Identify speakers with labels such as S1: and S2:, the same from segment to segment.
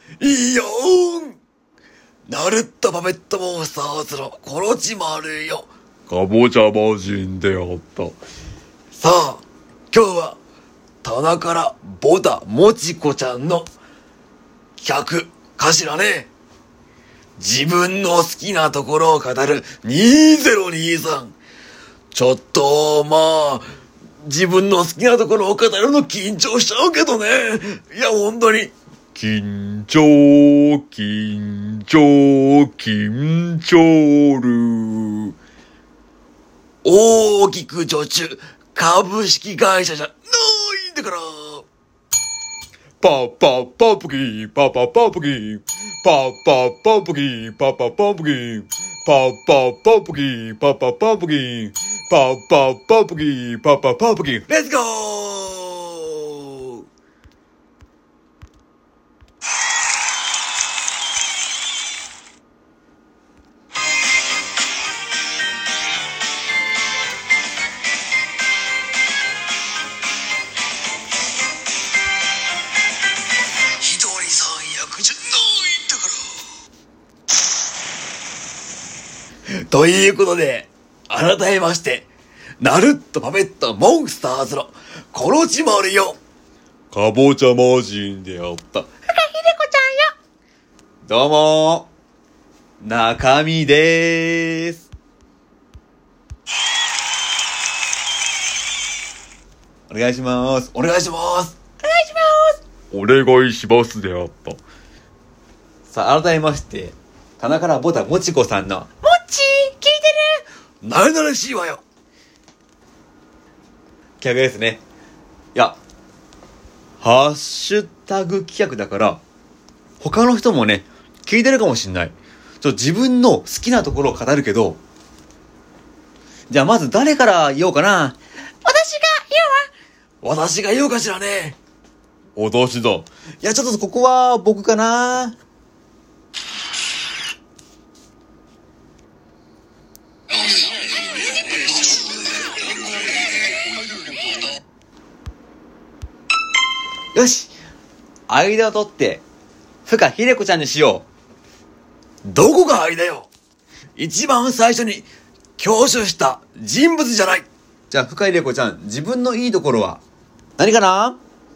S1: いいよーん。ナルトパペットモンスターズのコロチマルよ。
S2: かぼちゃ魔人であった。
S1: さあ、今日は棚からボタもちこちゃんの100かしらね。自分の好きなところを語る2023。ちょっと、自分の好きなところを語るの緊張しちゃうけどね。いや、本当に。
S2: 緊張る。
S1: 大きく受注、株式会社じゃないんだから。
S2: パパパプキー、パパパプキー、パパパプキー、パパパプキー、パパパプキー、パパパプキー、パパパプキー、パパパプキー、
S1: レッツゴー。一人三役じゃないんだから。ということで、改めまして、ナルトパペットモンスターズのコロチマルよ。
S2: かぼちゃ魔人であった。
S3: ひでこちゃんよ。
S4: どうもー、中身でーす。お願いします。
S1: お願いします。
S2: お願いしますであった。
S4: さあ、改めまして、棚からボタもちこさんの、
S3: もっちー、聞いてる？
S1: なれなれしいわよ。
S4: 企画ですね。いや、ハッシュタグ企画だから、他の人もね、聞いてるかもしんない。自分の好きなところを語るけど、じゃあまず誰から言おうかな。
S1: 私が言おうかしらね。
S2: 私だ。
S4: いや、ちょっとここは僕かな。よし、間を取って深ひでこちゃんにしよ
S1: どこが間よ。一番最初に教授した人物じゃない。
S4: う。じゃあ深ひでこちゃん、自分のいいところは何かな。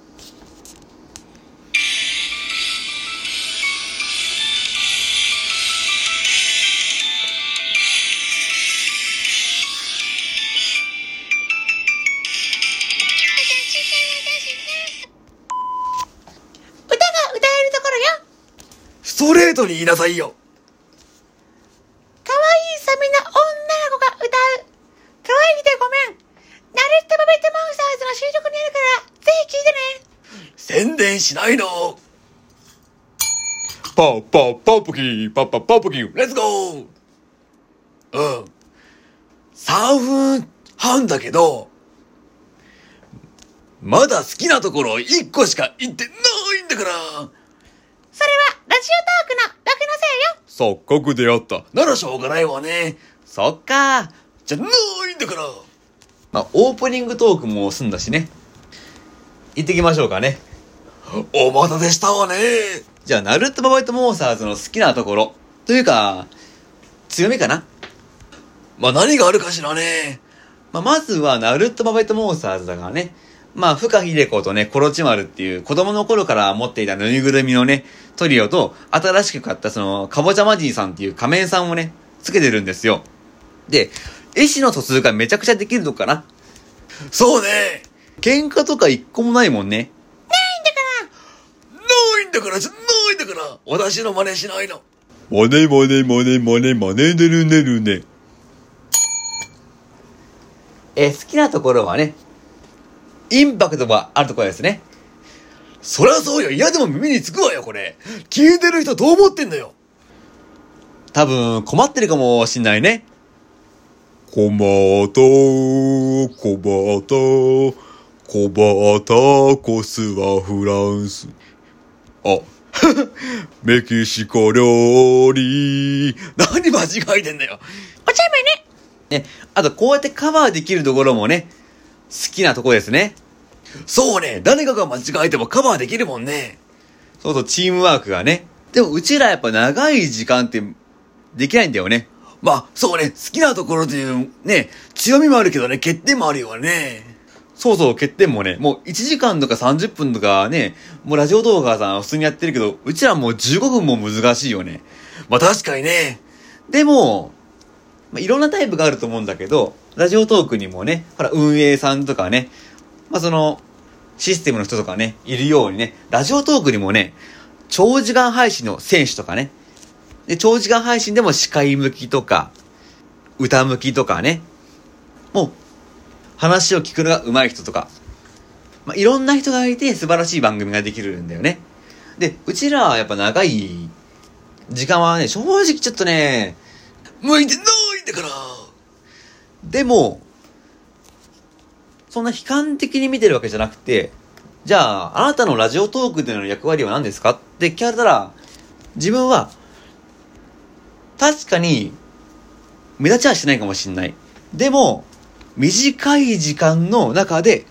S3: 歌が歌えるところよ。
S1: ストレートに言いなさいよ。
S3: かわいいサメな女の子が歌う。かわいくてごめん。ナルトパペットモンスターズの収録にあるから、ぜひ聞いてね。
S1: 宣伝しないの。
S2: パパパプキー、パパパプキー、
S1: レッツゴー。3分半だけど、まだ好きなところ1個しか言ってないんだから。
S3: それはラジオトークの録のせいよ。
S2: 錯覚であった。
S1: ならしょうがないわね。
S4: そっか。
S1: じゃないんだから。
S4: オープニングトークも済んだしね。行ってきましょうかね。
S1: お待たせしたわね。
S4: じゃあ、ナルトパペットモンスターズの好きなところ。というか、強みかな。
S1: 何があるかしらね。
S4: まずは、ナルトパペットモンスターズだからね。深ひでことね、コロチマルっていう子供の頃から持っていたぬいぐるみのね、トリオと、新しく買ったかぼちゃマジーさんっていう仮面さんをね、つけてるんですよ。で、意思の疎通がめちゃくちゃできるとこかな。
S1: そうね。
S4: 喧嘩とか一個もないもんね。
S1: ないんだからじゃないんだから。私の真似しないの。
S2: マネマネマネマネマネねるねるね。
S4: 好きなところはね、インパクトがあるところですね。
S1: そりゃそうよ。嫌でも耳につくわよ、これ。聞いてる人どう思ってんだよ。
S4: 多分、困ってるかもしんないね。
S2: 小畑コスはフランス。メキシコ料理。
S1: 何間違えてんだよ。
S3: お茶目ね。
S4: ね、あとこうやってカバーできるところもね、好きなとこですね。
S1: そうね。誰かが間違えてもカバーできるもんね。
S4: そうそう、チームワークがね。でもうちらやっぱ長い時間ってできないんだよね。
S1: まあ、そうね、好きなところというね、強みもあるけどね、欠点もあるよね。
S4: そうそう、欠点もね、もう1時間とか30分とかね、もうラジオ動画さん普通にやってるけど、うちらもう15分も難しいよね。
S1: まあ確かにね。
S4: でも、まあ、いろんなタイプがあると思うんだけど、ラジオトークにもね、ほら、運営さんとかね、まあその、システムの人とかね、いるようにね、ラジオトークにもね、長時間配信の選手とかね、で、長時間配信でも司会向きとか、歌向きとかね、もう、話を聞くのが上手い人とか、まあ、いろんな人がいて素晴らしい番組ができるんだよね。で、うちらはやっぱ長い時間はね、正直ちょっとね、
S1: 向いてないんだから。
S4: でも、そんな悲観的に見てるわけじゃなくて、じゃあ、あなたのラジオトークでの役割は何ですかって聞かれたら、自分は、確かに、目立ちはしないかもしれない。でも、短い時間の中で、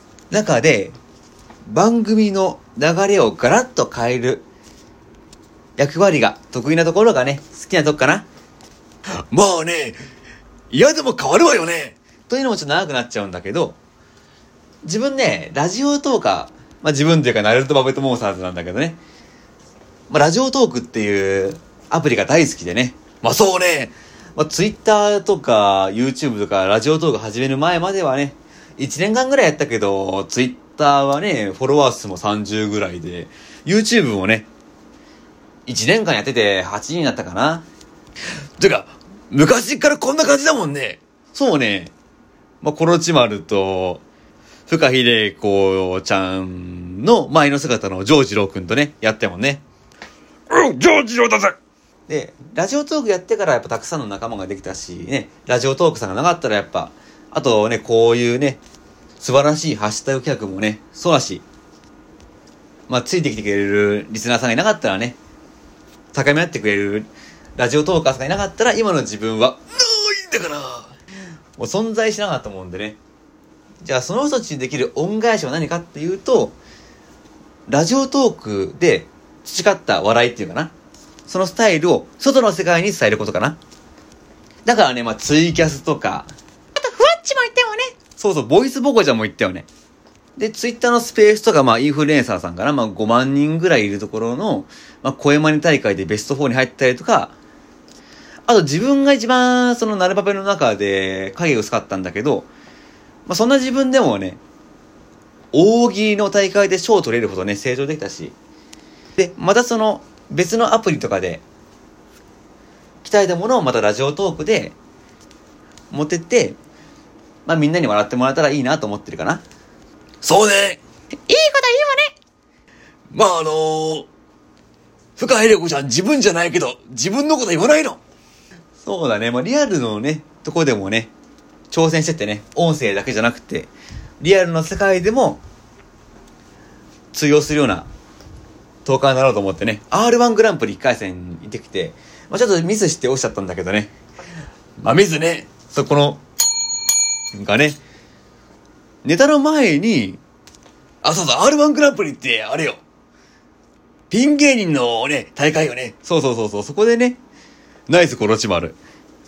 S4: 番組の流れをガラッと変える役割が得意なところがね、好きなとこかな。
S1: まあね、嫌でも変わるわよね。
S4: というのもちょっと長くなっちゃうんだけど、自分ね、ラジオトーカー、まあ自分というかナルトバベットモンスターズなんだけどね、まあラジオトークっていうアプリが大好きでね、
S1: まあそうね。
S4: まあツイッターとか YouTube とかラジオトーク始める前まではね、1年間ぐらいやったけど、ツイッターはね、フォロワー数も30ぐらいで、YouTube もね、1年間やってて8人になったかな。
S1: てか、昔からこんな感じだもんね。
S4: そうね、まあコロチマルと、深秀子ちゃんの前の姿のジョージローくんとね、やったもんね。
S1: うん、ジョージローだぜ。
S4: で、ラジオトークやってからやっぱたくさんの仲間ができたし、ね、ラジオトークさんがなかったらやっぱ、あとね、こういうね、素晴らしいハッシュタグ企画もね、そうだし、まあ、ついてきてくれるリスナーさんがいなかったらね、高め合ってくれるラジオトーカーさんがいなかったら、今の自分は、
S1: ないんだから。
S4: もう存在しなかったもんでね。じゃあその人たちにできる恩返しは何かっていうと、ラジオトークで培った笑いっていうかな。そのスタイルを外の世界に伝えることかな。だからね、まあツイキャスとか、
S3: あと、ふわっちも言ったよね。
S4: そうそう、ボイスボコちゃんも言ったよね。で、ツイッターのスペースとか、まあインフルエンサーさんかな。まあ5万人ぐらいいるところの、まあ声マネ大会でベスト4に入ったりとか、あと自分が一番そのナルパペの中で影薄かったんだけど、まあそんな自分でもね、大喜利の大会で賞を取れるほどね、成長できたし、で、またその別のアプリとかで鍛えたものをまたラジオトークで持ってって、まあみんなに笑ってもらえたらいいなと思ってるかな。
S1: そうね。
S3: いいこと言うわね。
S1: まあ深井玲子ちゃん自分じゃないけど、自分のこと言わないの。
S4: そうだね。まあリアルのね、とこでもね、挑戦してってね、音声だけじゃなくて、リアルの世界でも通用するようなトーカーになろうと思ってね、R1 グランプリ1回戦に行ってきて、まあちょっとミスして落ちちゃったんだけどね。
S1: まあ見ずね。
S4: そこの、がね、ネタの前に、
S1: あ、そうそう、R1 グランプリってあれよ。ピン芸人のね、大会よね。
S4: そう、そこでね、ナイスコロチマル。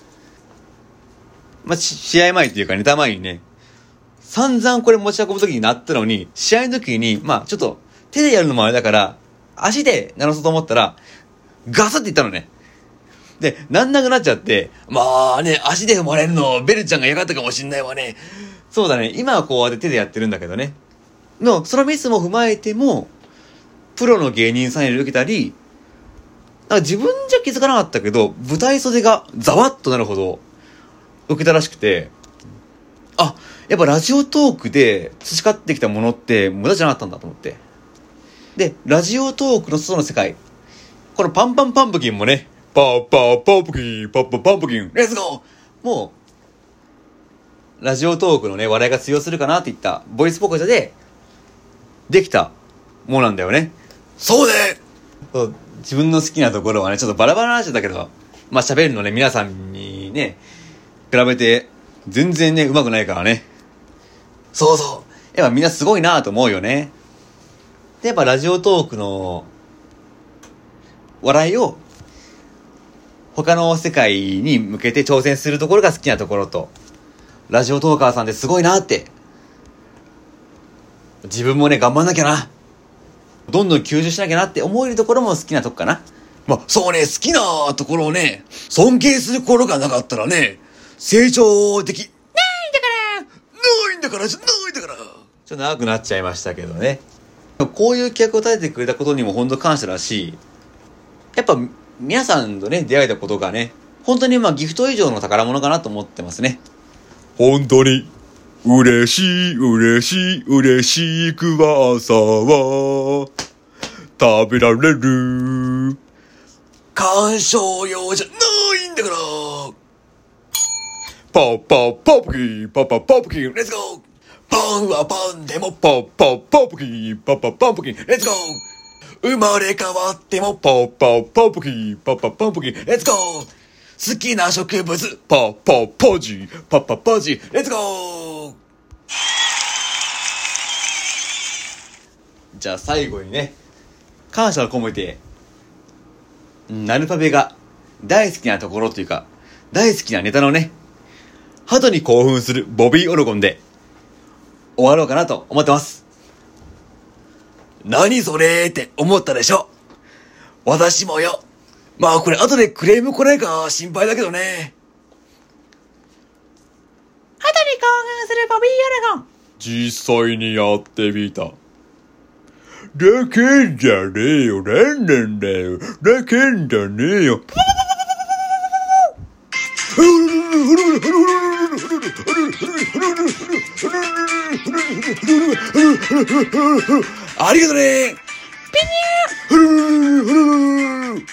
S4: まあ、試合前っていうかネタ前にね、散々これ持ち運ぶ時になったのに、試合の時に、まあちょっと手でやるのもあれだから、足で鳴らそうと思ったら、ガサっていったのね。で、なんなくなっちゃって、
S1: まあね、足で踏まれるの、ベルちゃんが嫌がったかもしんないわね。
S4: そうだね、今はこうやって手でやってるんだけどね。の、そのミスも踏まえても、プロの芸人さんに受けたり、なんか自分じゃ気づかなかったけど、舞台袖がざわっとなるほど受けたらしくて、あ、やっぱラジオトークで培ってきたものって無駄じゃなかったんだと思って。で、ラジオトークの外の世界、このパンパンパンプキンもね、
S2: パーパーパンプキン、パッパパンプキン。
S1: レッツゴー。
S4: もう、ラジオトークのね、笑いが通用するかなっていったボイスポコチャでできたものなんだよね。
S1: そうね。
S4: そう、自分の好きなところはね、ちょっとバラバラになっちゃったけど、まあ喋るのね、皆さんにね、比べて全然ね、上手くないからね。
S1: そうそう。
S4: やっぱみんなすごいなと思うよね。で、やっぱラジオトークの笑いを他の世界に向けて挑戦するところが好きなところと、ラジオトーカーさんってすごいなって、自分もね頑張んなきゃな、どんどん吸収しなきゃなって思えるところも好きなとこかな。
S1: そうね、好きなところをね、尊敬する心がなかったらね、成長できないんだからちょっ
S4: と長くなっちゃいましたけどね。こういう企画を立ててくれたことにも本当感謝だし、やっぱ皆さんとね出会えたことがね、本当にギフト以上の宝物かなと思ってますね。
S2: 本当に嬉しいクワッサは食べられる。
S1: 鑑賞用じゃないんだから。
S2: パッパッパプキーパッパッパプキー
S1: レッツゴー。パンはパンでも
S2: パッパッパプキーパッパッパプキー
S1: レッツゴー。生まれ変わっても
S2: パッパッパプキーパッパッパプキー
S1: レッツゴー。好きな植物
S2: パッパッパジーパッパッパジー
S1: レッツゴー。
S4: じゃあ最後にね、感謝を込めてナルパベが大好きなところというか大好きなネタのね、鳩に興奮するボビー・オロゴンで終わろうかなと思ってます。
S1: 何それって思ったでしょ。私もよ。これ後でクレーム来ないか心配だけどね。
S3: 鳩に興奮するボビー・オロゴン。
S2: 実際にやってみた。だけんじゃねえよ、なんなんだよ、だけんじゃねえよ。
S1: ありがとね。
S3: ピニュー。